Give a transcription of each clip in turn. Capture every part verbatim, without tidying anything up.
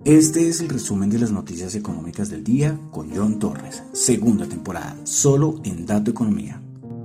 Este es el resumen de las noticias económicas del día con John Torres, segunda temporada, solo en Dato Economía.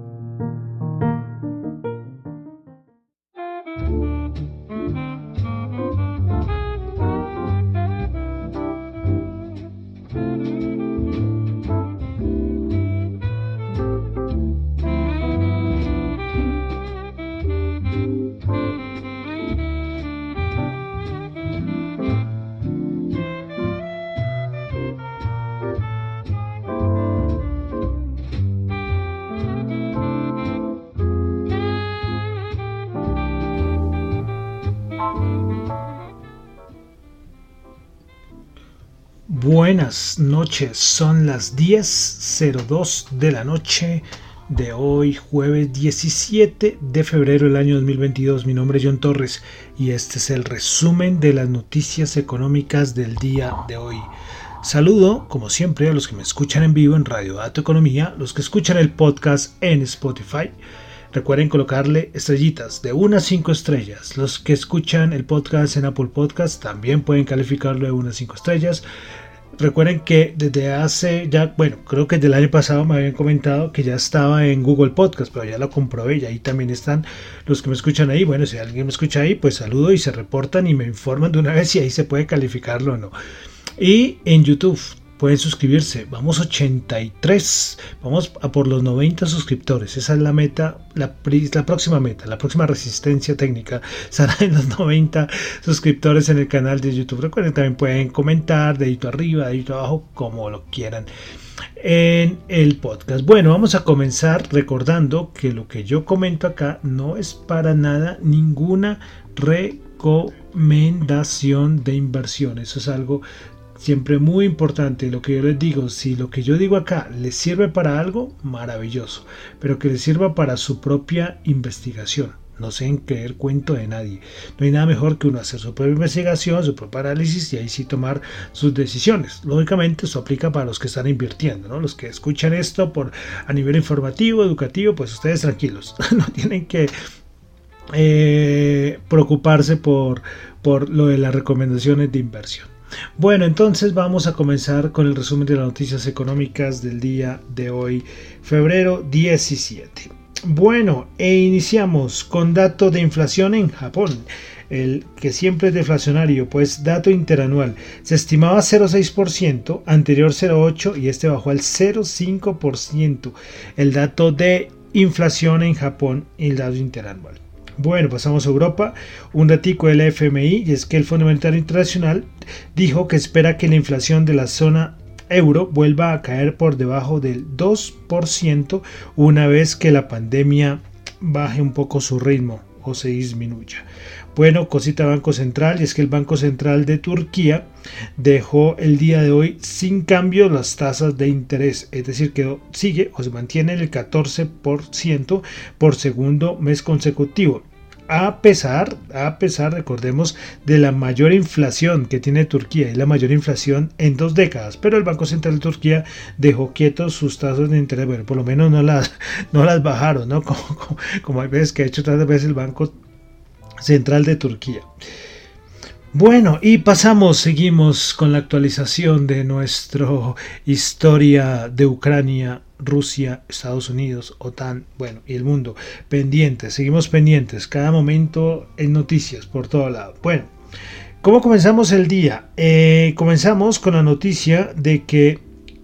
Buenas noches, son las diez cero dos de la noche de hoy, jueves diecisiete de febrero del año dos mil veintidós. Mi nombre es John Torres y este es el resumen de las noticias económicas del día de hoy. Saludo, como siempre, a los que me escuchan en vivo en Radio Dato Economía, los que escuchan el podcast en Spotify. Recuerden colocarle estrellitas de una a cinco estrellas. Los que escuchan el podcast en Apple Podcast también pueden calificarlo de una a cinco estrellas. Recuerden que desde hace ya, bueno, creo que desde el año pasado me habían comentado que ya estaba en Google Podcast, pero ya lo comprobé y ahí también están los que me escuchan ahí. Bueno, si alguien me escucha ahí, pues saludo y se reportan y me informan de una vez si ahí se puede calificarlo o no. Y en YouTube pueden suscribirse, vamos ochenta y tres, vamos a por los noventa suscriptores, esa es la meta, la, la próxima meta, la próxima resistencia técnica será en los noventa suscriptores en el canal de YouTube. Recuerden, también pueden comentar, dedito arriba, dedito abajo, como lo quieran en el podcast. Bueno, vamos a comenzar recordando que lo que yo comento acá no es para nada ninguna recomendación de inversión, eso es algo siempre muy importante. Lo que yo les digo, si lo que yo digo acá les sirve para algo, maravilloso, pero que les sirva para su propia investigación. No se den creer cuento de nadie. No hay nada mejor que uno hacer su propia investigación, su propio análisis y ahí sí tomar sus decisiones. Lógicamente esto aplica para los que están invirtiendo, ¿no? Los que escuchan esto por a nivel informativo, educativo, pues ustedes tranquilos. No tienen que eh, preocuparse por, por lo de las recomendaciones de inversión. Bueno, entonces vamos a comenzar con el resumen de las noticias económicas del día de hoy, febrero diecisiete. Bueno, e iniciamos con dato de inflación en Japón, el que siempre es deflacionario, pues dato interanual. Se estimaba cero coma seis por ciento, anterior cero coma ocho por ciento y este bajó al cero coma cinco por ciento. El dato de inflación en Japón y el dato interanual. Bueno, pasamos a Europa, un datico del F M I, y es que el Fondo Monetario Internacional dijo que espera que la inflación de la zona euro vuelva a caer por debajo del dos por ciento una vez que la pandemia baje un poco su ritmo o se disminuya. Bueno, cosita Banco Central, y es que el Banco Central de Turquía dejó el día de hoy sin cambio las tasas de interés, es decir, que sigue o se mantiene en el catorce por ciento por segundo mes consecutivo. A pesar, a pesar, recordemos, de la mayor inflación que tiene Turquía, y la mayor inflación en dos décadas, pero el Banco Central de Turquía dejó quietos sus tasas de interés, bueno, por lo menos no las, no las bajaron, ¿no? Como, como, como hay veces que ha hecho tantas veces el Banco Central de Turquía. Bueno, y pasamos, seguimos con la actualización de nuestra historia de Ucrania, Rusia, Estados Unidos, OTAN, bueno, y el mundo. Pendientes, seguimos pendientes, cada momento en noticias por todo lado. Bueno, ¿cómo comenzamos el día? Eh, comenzamos con la noticia de que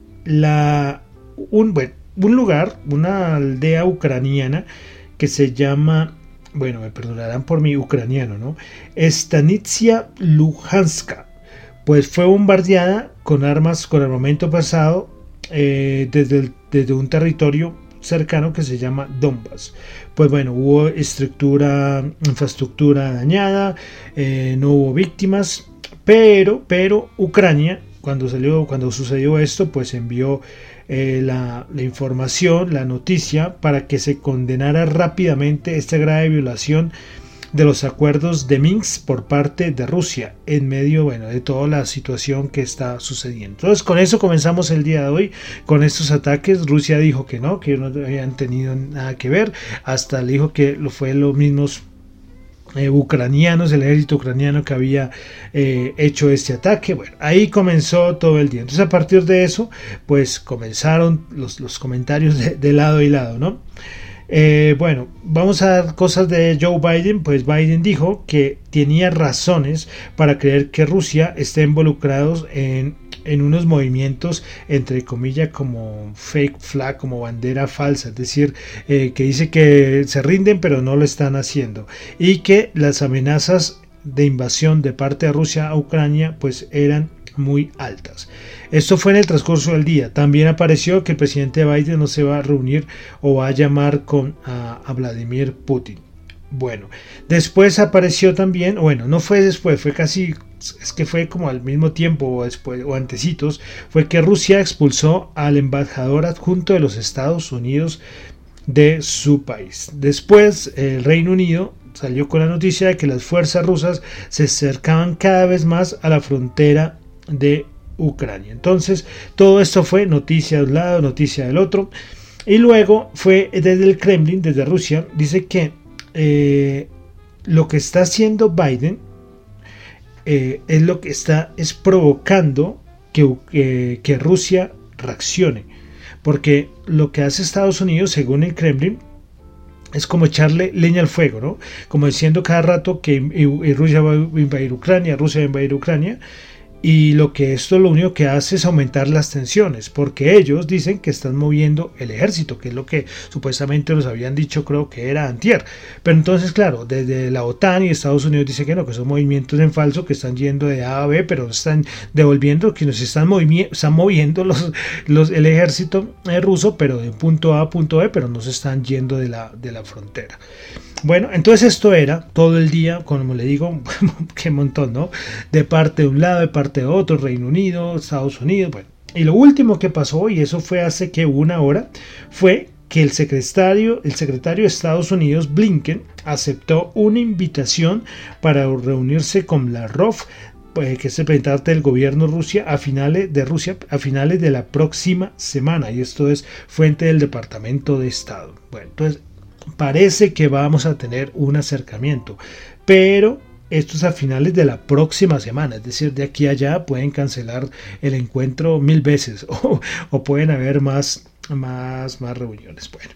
la un, bueno, un lugar, una aldea ucraniana que se llama, bueno, me perdonarán por mi ucraniano, ¿no? Stanitsia Luhanska, pues fue bombardeada con armas, con armamento pesado eh, desde, el, desde un territorio cercano que se llama Donbass. Pues bueno, hubo estructura, infraestructura dañada, eh, no hubo víctimas, pero, pero Ucrania, cuando salió, cuando sucedió esto, pues envió Eh, la, la información, la noticia, para que se condenara rápidamente esta grave violación de los acuerdos de Minsk por parte de Rusia en medio, bueno, de toda la situación que está sucediendo. Entonces, con eso comenzamos el día de hoy, con estos ataques. Rusia dijo que no, que no habían tenido nada que ver, hasta le dijo que lo fue los mismos eh, ucranianos, el ejército ucraniano que había eh, hecho este ataque. Bueno, ahí comenzó todo el día. Entonces a partir de eso, pues comenzaron los, los comentarios de, de lado y lado, ¿no? Eh, bueno, vamos a dar cosas de Joe Biden. Pues Biden dijo que tenía razones para creer que Rusia está involucrado en, en unos movimientos, entre comillas, como fake flag, como bandera falsa, es decir, eh, que dice que se rinden pero no lo están haciendo, y que las amenazas de invasión de parte de Rusia a Ucrania pues eran muy altas. Esto fue en el transcurso del día. También apareció que el presidente Biden no se va a reunir o va a llamar con a, a Vladimir Putin. Bueno, después apareció también, bueno, no fue después, fue casi, es que fue como al mismo tiempo o después o antecitos, fue que Rusia expulsó al embajador adjunto de los Estados Unidos de su país. Después el Reino Unido salió con la noticia de que las fuerzas rusas se acercaban cada vez más a la frontera de Ucrania. Entonces todo esto fue noticia de un lado, noticia del otro, y luego fue desde el Kremlin, desde Rusia, dice que eh, lo que está haciendo Biden eh, es lo que está es provocando que, eh, que Rusia reaccione, porque lo que hace Estados Unidos, según el Kremlin, es como echarle leña al fuego, ¿no? Como diciendo cada rato que Rusia va a invadir Ucrania, Rusia va a invadir Ucrania. Y lo que esto lo único que hace es aumentar las tensiones, porque ellos dicen que están moviendo el ejército, que es lo que supuestamente nos habían dicho, creo que era antier. Pero entonces, claro, desde la OTAN y Estados Unidos dicen que no, que son movimientos en falso, que están yendo de A a B, pero están devolviendo, que nos están, movi- están moviendo los, los, el ejército ruso, pero de punto A a punto B, pero no se están yendo de la, de la frontera. Bueno, entonces esto era todo el día, como le digo, qué montón, ¿no? De parte de un lado, de parte de otro, Reino Unido, Estados Unidos, bueno. Y lo último que pasó, y eso fue hace que una hora, fue que el secretario, el secretario de Estados Unidos, Blinken, aceptó una invitación para reunirse con Lavrov, que es el representante del gobierno de Rusia a finales de Rusia a finales de la próxima semana, y esto es fuente del Departamento de Estado. Bueno, entonces parece que vamos a tener un acercamiento, pero esto es a finales de la próxima semana, es decir, de aquí a allá pueden cancelar el encuentro mil veces o, o pueden haber más, más, más reuniones. Bueno,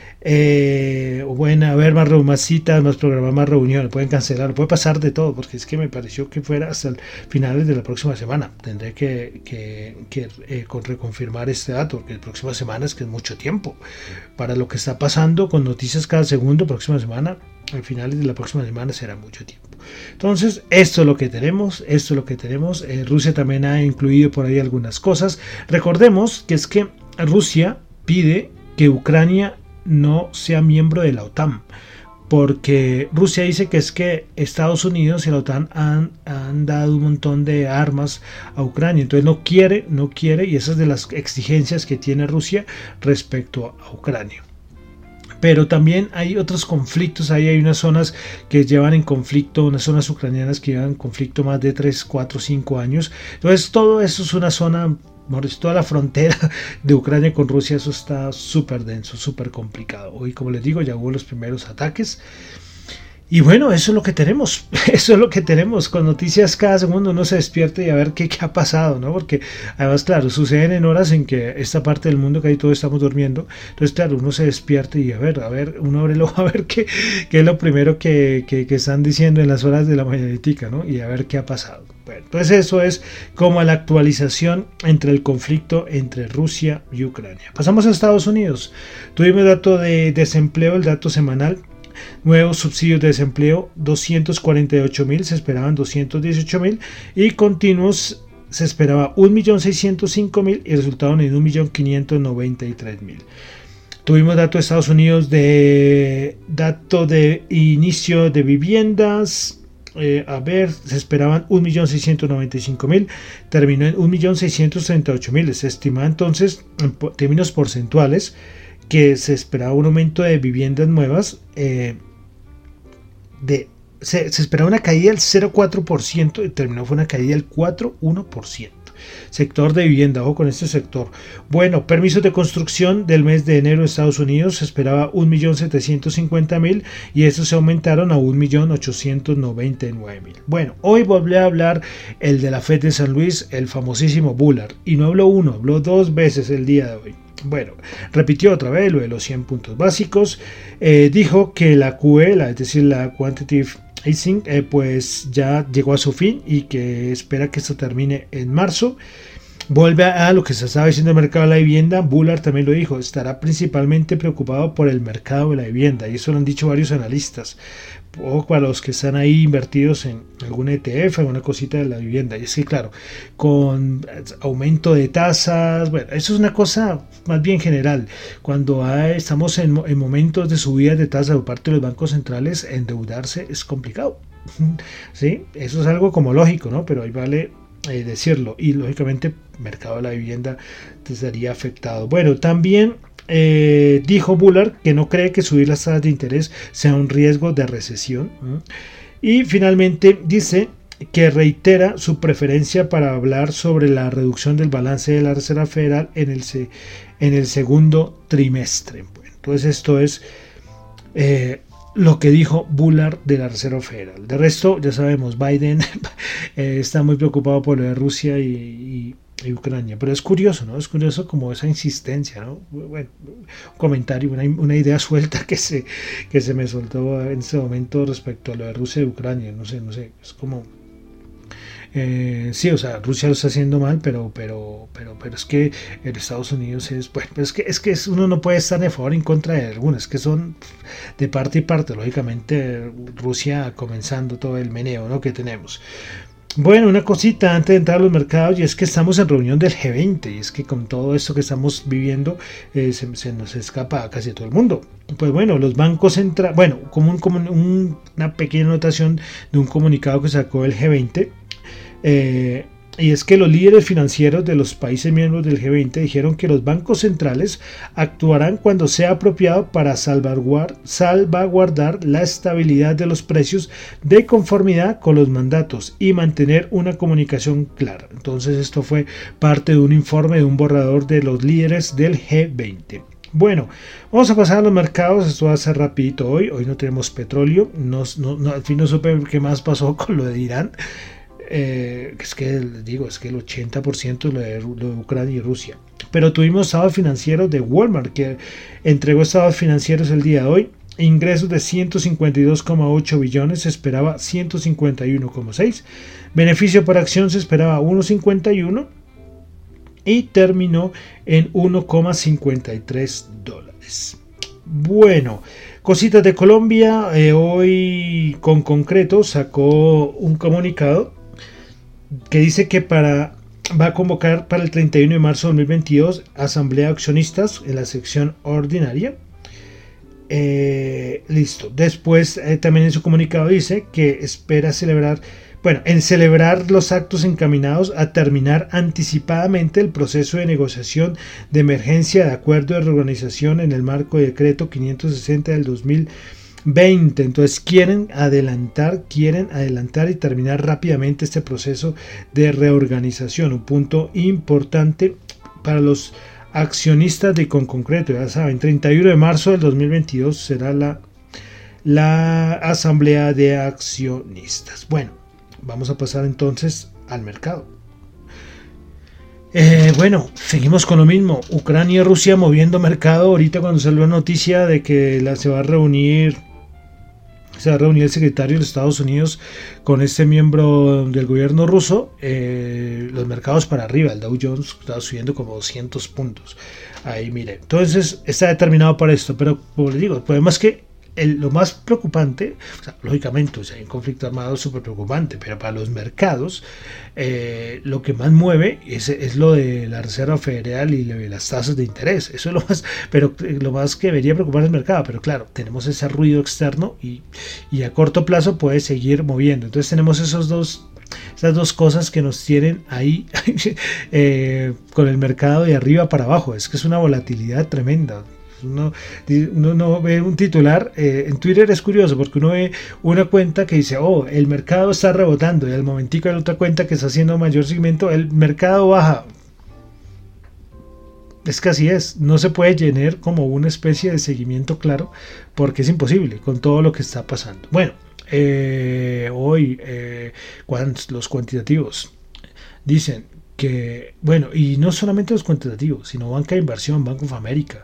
eh, o pueden haber más, más citas, más programas, más reuniones, pueden cancelar, puede pasar de todo, porque es que me pareció que fuera hasta el finales de la próxima semana. Tendré que, que, que eh, con reconfirmar este dato, porque la próxima semana es que es mucho tiempo para lo que está pasando con noticias cada segundo. Próxima semana, al finales de la próxima semana será mucho tiempo. Entonces, esto es lo que tenemos, esto es lo que tenemos. Eh, Rusia también ha incluido por ahí algunas cosas. Recordemos que es que Rusia pide que Ucrania no sea miembro de la OTAN, porque Rusia dice que es que Estados Unidos y la OTAN han, han dado un montón de armas a Ucrania, entonces no quiere, no quiere, y esas es de las exigencias que tiene Rusia respecto a Ucrania. Pero también hay otros conflictos, ahí hay unas zonas que llevan en conflicto, unas zonas ucranianas que llevan en conflicto más de tres, cuatro, cinco años, entonces todo eso es una zona, toda la frontera de Ucrania con Rusia, eso está súper denso, súper complicado. Hoy, como les digo, ya hubo los primeros ataques. Y bueno, eso es lo que tenemos, eso es lo que tenemos, con noticias cada segundo uno se despierta y a ver qué, qué ha pasado, ¿no? Porque además, claro, suceden en horas en que esta parte del mundo que ahí todos estamos durmiendo, entonces claro, uno se despierta y a ver, a ver, uno abre el ojo a ver qué, qué es lo primero que, que, que están diciendo en las horas de la mañanitica, ¿no? Y a ver qué ha pasado. Bueno, entonces eso es como la actualización entre el conflicto entre Rusia y Ucrania. Pasamos a Estados Unidos, tuvimos dato de desempleo, el dato semanal. Nuevos subsidios de desempleo doscientos cuarenta y ocho mil, se esperaban doscientos dieciocho mil, y continuos se esperaba un millón seiscientos cinco mil y resultaron en un millón quinientos noventa y tres mil. Tuvimos dato de Estados Unidos de dato de inicio de viviendas. Eh, a ver, se esperaban un millón seiscientos noventa y cinco mil, terminó en un millón seiscientos treinta y ocho mil. Se estima entonces, en términos porcentuales, que se esperaba un aumento de viviendas nuevas, eh, de, se, se esperaba una caída del cero coma cuatro por ciento y terminó fue una caída del cuatro coma uno por ciento. Sector de vivienda, ojo con este sector. Bueno, permisos de construcción del mes de enero en Estados Unidos se esperaba un millón setecientos cincuenta mil y estos se aumentaron a un millón ochocientos noventa y nueve mil. Bueno, hoy volví a hablar el de la Fed de San Luis, el famosísimo Bullard, y no habló uno, habló dos veces el día de hoy. Bueno, repitió otra vez lo de los cien puntos básicos, eh, dijo que la Q E, la, es decir, la Quantitative Easing, eh, pues ya llegó a su fin y que espera que esto termine en marzo. Vuelve a lo que se estaba diciendo el mercado de la vivienda. Bullard también lo dijo, estará principalmente preocupado por el mercado de la vivienda, y eso lo han dicho varios analistas, o para los que están ahí invertidos en algún E T F, alguna cosita de la vivienda. Y es que claro, con aumento de tasas, bueno, eso es una cosa más bien general. Cuando hay, estamos en, en momentos de subidas de tasas por parte de los bancos centrales, endeudarse es complicado, ¿sí? Eso es algo como lógico, ¿no? Pero ahí vale eh, decirlo, y lógicamente el mercado de la vivienda estaría afectado. Bueno, también Eh, dijo Bullard que no cree que subir las tasas de interés sea un riesgo de recesión. ¿eh? Y finalmente dice que reitera su preferencia para hablar sobre la reducción del balance de la Reserva Federal en el, se, en el segundo trimestre. Bueno, entonces esto es eh, lo que dijo Bullard de la Reserva Federal. De resto, ya sabemos, Biden eh, está muy preocupado por lo de Rusia y, y y Ucrania, pero es curioso, ¿no? Es curioso como esa insistencia, ¿no? Bueno, un comentario, una, una idea suelta que se, que se me soltó en ese momento respecto a lo de Rusia y Ucrania, no sé, no sé, es como eh, sí, o sea, Rusia lo está haciendo mal, pero, pero, pero, pero es que en Estados Unidos es, bueno, pero es que, es que uno no puede estar de favor en contra de algunas, que son de parte y parte, lógicamente Rusia comenzando todo el meneo, ¿no? Que tenemos. Bueno, una cosita antes de entrar a los mercados, y es que estamos en reunión del G veinte, y es que con todo esto que estamos viviendo eh, se, se nos escapa a casi todo el mundo. Pues bueno, los bancos centrales, bueno, como, un, como un, una pequeña anotación de un comunicado que sacó el G veinte, eh, y es que los líderes financieros de los países miembros del G veinte dijeron que los bancos centrales actuarán cuando sea apropiado para salvaguardar, salvaguardar la estabilidad de los precios de conformidad con los mandatos y mantener una comunicación clara. Entonces esto fue parte de un informe de un borrador de los líderes del G veinte. Bueno, vamos a pasar a los mercados. Esto va a ser rapidito hoy. Hoy no tenemos petróleo. No, no, no, al fin no supe qué más pasó con lo de Irán. Eh, es que digo, es que el ochenta por ciento es lo de, lo de Ucrania y Rusia. Pero tuvimos estados financieros de Walmart, que entregó estados financieros el día de hoy. Ingresos de ciento cincuenta y dos coma ocho billones, se esperaba ciento cincuenta y uno coma seis. Beneficio por acción se esperaba uno coma cincuenta y uno y terminó en uno coma cincuenta y tres dólares. Bueno, cositas de Colombia. Eh, hoy con concreto sacó un comunicado que dice que para va a convocar para el treinta y uno de marzo de dos mil veintidós asamblea de accionistas en la sección ordinaria. Eh, listo. Después eh, también en su comunicado dice que espera celebrar, bueno, en celebrar los actos encaminados a terminar anticipadamente el proceso de negociación de emergencia de acuerdo de reorganización en el marco de decreto quinientos sesenta del dos mil veinte. Entonces quieren adelantar, quieren adelantar y terminar rápidamente este proceso de reorganización, un punto importante para los accionistas de Conconcreto. Ya saben, treinta y uno de marzo del dos mil veintidós será la, la asamblea de accionistas. Bueno, vamos a pasar entonces al mercado. Eh, bueno, seguimos con lo mismo. Ucrania y Rusia moviendo mercado. Ahorita cuando salió la noticia de que la, se va a reunir se va a reunir el secretario de los Estados Unidos con este miembro del gobierno ruso, eh, los mercados para arriba. El Dow Jones está subiendo como doscientos puntos. Ahí mire, entonces está determinado para esto, pero como les digo, el problema es que El, lo más preocupante, o sea, lógicamente, o sea, hay un conflicto armado súper preocupante, pero para los mercados eh, lo que más mueve es, es lo de la Reserva Federal y lo de las tasas de interés. Eso es lo más, pero lo más que debería preocupar el mercado. Pero claro, tenemos ese ruido externo y, y a corto plazo puede seguir moviendo. Entonces tenemos esos dos, esas dos cosas que nos tienen ahí eh, con el mercado de arriba para abajo. Es que es una volatilidad tremenda. Uno, uno no ve un titular, eh, en Twitter es curioso porque uno ve una cuenta que dice, oh, el mercado está rebotando, y al momentico hay otra cuenta que está haciendo mayor seguimiento, el mercado baja. Es que así es, no se puede llenar como una especie de seguimiento claro porque es imposible con todo lo que está pasando. Bueno, eh, hoy eh, los cuantitativos dicen que, bueno, y no solamente los cuantitativos, sino banca de inversión, Bank of America,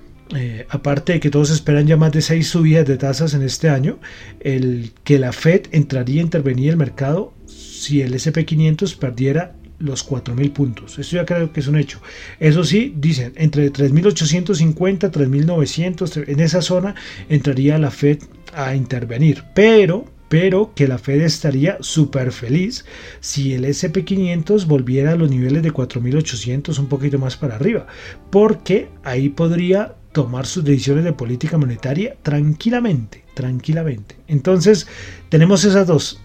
eh, aparte de que todos esperan ya más de seis subidas de tasas en este año, el que la Fed entraría a intervenir en el mercado si el ese and pe quinientos perdiera los cuatro mil puntos. Esto ya creo que es un hecho. Eso sí, dicen, entre tres mil ochocientos cincuenta, tres mil novecientos, en esa zona entraría la Fed a intervenir, pero pero que la Fed estaría súper feliz si el ese and pe quinientos volviera a los niveles de cuatro mil ochocientos, un poquito más para arriba, porque ahí podría tomar sus decisiones de política monetaria tranquilamente, tranquilamente. Entonces, tenemos esas dos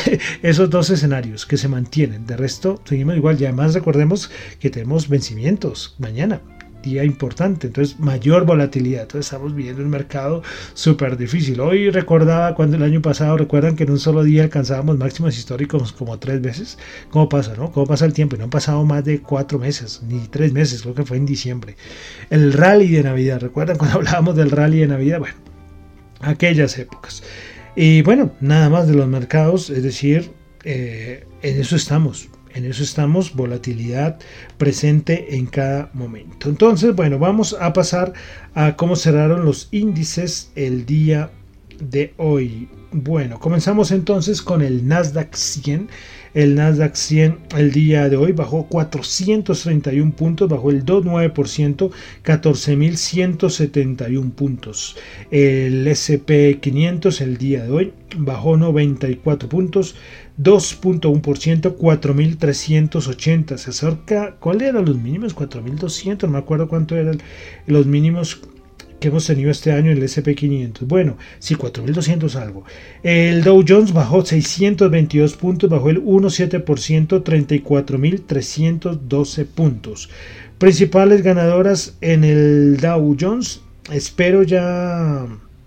esos dos escenarios que se mantienen. De resto, seguimos igual. Y además recordemos que tenemos vencimientos mañana, día importante, entonces mayor volatilidad. Entonces estamos viviendo un mercado súper difícil. Hoy recordaba cuando el año pasado, recuerdan que en un solo día alcanzábamos máximos históricos como tres veces. ¿Cómo pasa, no? ¿Cómo pasa el tiempo? No han pasado más de cuatro meses, ni tres meses, creo que fue en diciembre. El rally de Navidad, ¿recuerdan cuando hablábamos del rally de Navidad? Bueno, aquellas épocas. Y bueno, nada más de los mercados, es decir, eh, en eso estamos, en eso estamos, volatilidad presente en cada momento. Entonces, bueno, vamos a pasar a cómo cerraron los índices el día de hoy. Bueno, comenzamos entonces con el Nasdaq cien. El Nasdaq cien el día de hoy bajó cuatrocientos treinta y uno puntos, bajó el dos punto nueve por ciento, catorce mil ciento setenta y uno puntos. El ese and pe quinientos el día de hoy bajó noventa y cuatro puntos, dos punto uno por ciento, cuatro mil trescientos ochenta. Se acerca, ¿cuáles eran los mínimos? cuatro mil doscientos, no me acuerdo cuánto eran los mínimos que hemos tenido este año en el ese and pe quinientos. Bueno, sí, cuatro mil doscientos algo. El Dow Jones bajó seiscientos veintidós puntos, bajó el uno punto siete por ciento, treinta y cuatro mil trescientos doce puntos. Principales ganadoras en el Dow Jones, espero ya,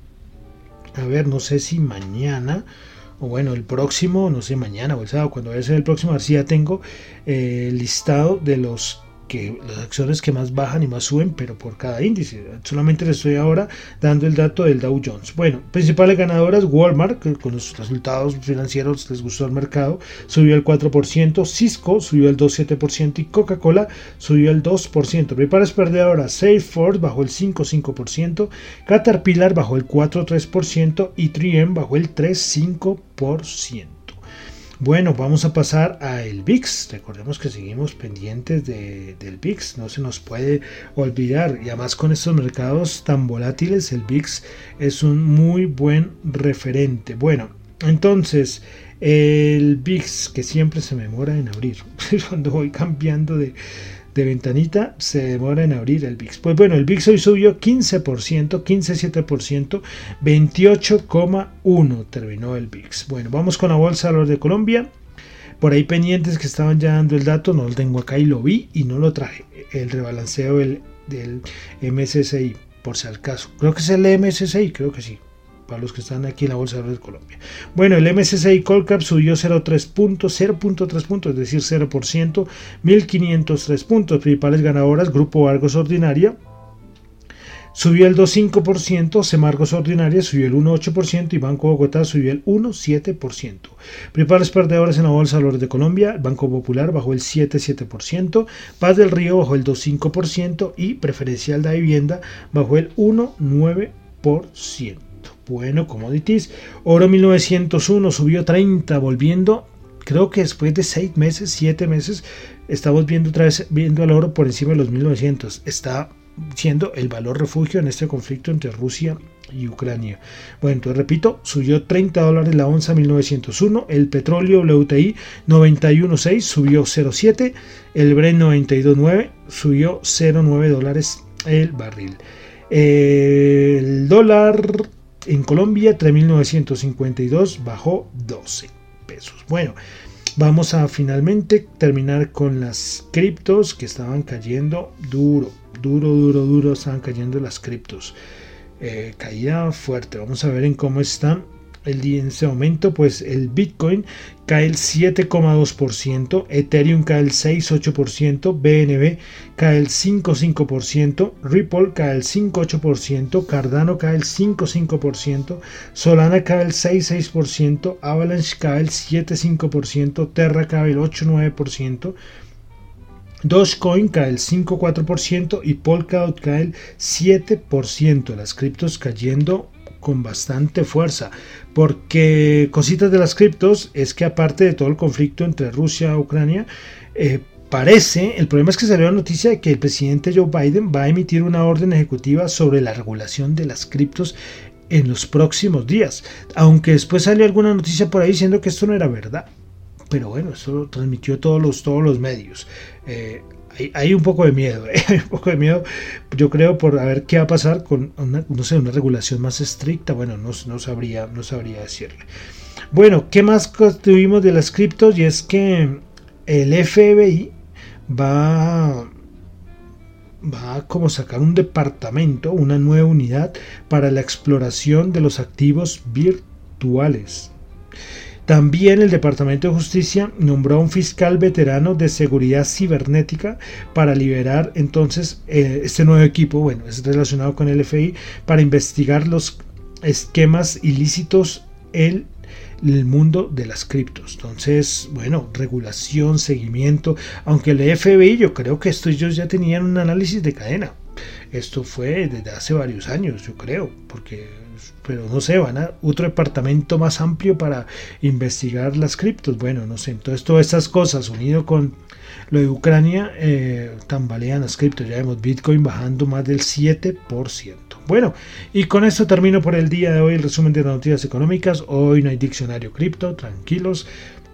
a ver, no sé si mañana o bueno, el próximo, no sé, mañana o el sábado, cuando vaya a ser el próximo, a ver si ya tengo eh, el listado de los que las acciones que más bajan y más suben, pero por cada índice. Solamente les estoy ahora dando el dato del Dow Jones. Bueno, principales ganadoras, Walmart, que con los resultados financieros les gustó al mercado, subió el cuatro por ciento, Cisco subió el dos punto siete por ciento y Coca-Cola subió el dos por ciento. Principales perdedoras, Salesforce bajó el cinco punto cinco por ciento, Caterpillar bajó el cuatro punto tres por ciento y tres eme bajó el tres punto cinco por ciento. Bueno, vamos a pasar a el V I X. Recordemos que seguimos pendientes de, del V I X, no se nos puede olvidar. Y además con estos mercados tan volátiles, el V I X es un muy buen referente. Bueno, entonces el V I X, que siempre se me demora en abrir, cuando voy cambiando de, de ventanita se demora en abrir el V I X. Pues bueno, el V I X hoy subió quince por ciento, quince punto siete por ciento, veintiocho coma uno terminó el V I X. Bueno, vamos con la Bolsa de Valores de Colombia. Por ahí pendientes que estaban ya dando el dato, no lo tengo acá y lo vi y no lo traje. El rebalanceo del, del eme ese ese i, por si al caso. Creo que es el eme ese ese i, creo que sí. Para los que están aquí en la Bolsa de Valores de Colombia. Bueno, el eme ese ese i Colcap subió cero punto tres puntos, cero punto tres puntos, es decir, cero por ciento, mil quinientos tres puntos. Principales ganadoras, Grupo Argos Ordinaria subió el dos punto cinco por ciento, Semargos Ordinaria subió el uno punto ocho por ciento y Banco Bogotá subió el uno punto siete por ciento. Principales perdedores en la Bolsa de Valores de Colombia, Banco Popular bajó el siete punto siete por ciento, Paz del Río bajó el dos punto cinco por ciento y Preferencial de Vivienda bajó el uno punto nueve por ciento. Bueno, commodities, oro mil novecientos uno subió treinta, volviendo, creo que después de seis meses, siete meses, estamos viendo otra vez, viendo al oro por encima de los mil novecientos. Está siendo el valor refugio en este conflicto entre Rusia y Ucrania. Bueno, entonces repito, subió treinta dólares la onza, mil novecientos uno. El petróleo W T I noventa y uno punto seis subió cero punto siete. El Brent noventa y dos punto nueve subió cero punto nueve dólares el barril. El dólar en Colombia tres mil novecientos cincuenta y dos, bajó doce pesos. Bueno, vamos a finalmente terminar con las criptos que estaban cayendo duro, duro, duro, duro estaban cayendo las criptos. Eh, caída fuerte. Vamos a ver en cómo está el día en este momento. Pues el Bitcoin cae el siete coma dos por ciento, Ethereum cae el seis coma ocho por ciento, B N B cae el cinco coma cinco por ciento, Ripple cae el cinco coma ocho por ciento, Cardano cae el cinco coma cinco por ciento, Solana cae el seis coma seis por ciento, Avalanche cae el siete coma cinco por ciento, Terra cae el ocho coma nueve por ciento, Dogecoin cae el cinco coma cuatro por ciento y Polkadot cae el siete por ciento. Las criptos cayendo con bastante fuerza, porque cositas de las criptos es que aparte de todo el conflicto entre Rusia y Ucrania, eh, parece, el problema es que salió la noticia de que el presidente Joe Biden va a emitir una orden ejecutiva sobre la regulación de las criptos en los próximos días, aunque después salió alguna noticia por ahí diciendo que esto no era verdad. Pero bueno, eso lo transmitió todos los, todos los medios. Eh, hay, hay un poco de miedo, ¿eh? Hay un poco de miedo, yo creo, por a ver qué va a pasar con una, no sé, una regulación más estricta. Bueno, no, no, sabría, no sabría decirle. Bueno, ¿qué más tuvimos de las criptos? Y es que el F B I va, va a como sacar un departamento, una nueva unidad para la exploración de los activos virtuales. También el Departamento de Justicia nombró a un fiscal veterano de seguridad cibernética para liberar entonces eh, este nuevo equipo, bueno, es relacionado con el F B I, para investigar los esquemas ilícitos en el mundo de las criptos. Entonces, bueno, regulación, seguimiento, aunque el F B I, yo creo que estos ellos ya tenían un análisis de cadena. Esto fue desde hace varios años, yo creo, porque pero no sé, van a otro departamento más amplio para investigar las criptos. Bueno, no sé, entonces todas estas cosas unido con lo de Ucrania eh, tambalean las criptos. Ya vemos Bitcoin bajando más del siete por ciento. Bueno, y con esto termino por el día de hoy el resumen de las noticias económicas. Hoy no hay diccionario cripto, tranquilos.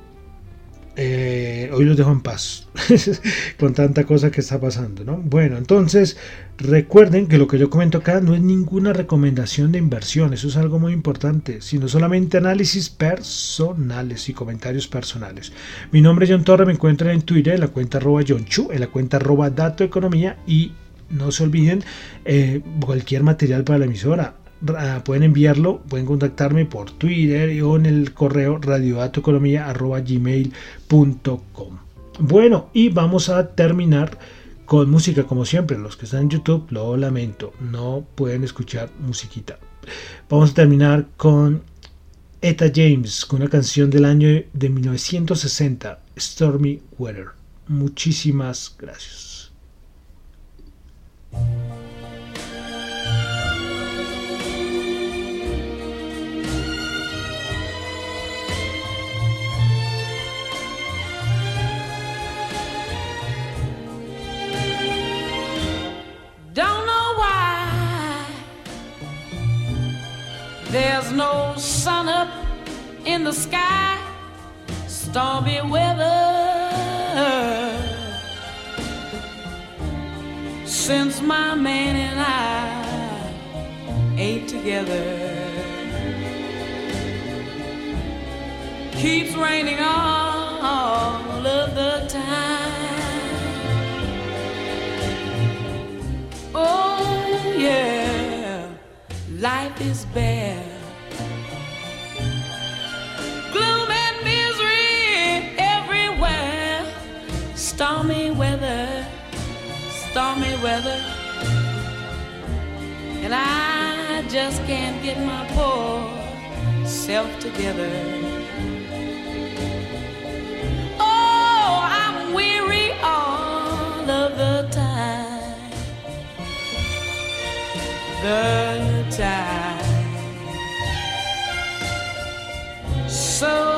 Eh, hoy los dejo en paz con tanta cosa que está pasando, ¿no? Bueno, entonces recuerden que lo que yo comento acá no es ninguna recomendación de inversión, eso es algo muy importante, sino solamente análisis personales y comentarios personales. Mi nombre es John Torres, me encuentran en Twitter en la cuenta arroba John Chu, en la cuenta arroba Dato Economía, y no se olviden eh, cualquier material para la emisora. Pueden enviarlo, pueden contactarme por Twitter o en el correo radiodatoeconomía arroba gmail punto com. Bueno, y vamos a terminar con música como siempre. Los que están en YouTube, lo lamento, no pueden escuchar musiquita. Vamos a terminar con Etta James, con una canción del año de mil novecientos sesenta, Stormy Weather. Muchísimas gracias. There's no sun up in the sky, stormy weather. Since my man and I ain't together, keeps raining all of the time. Oh yeah, life is bare, gloom and misery everywhere. Stormy weather, stormy weather, and I just can't get my poor self together. Oh, I'm weary all of the time, the time. So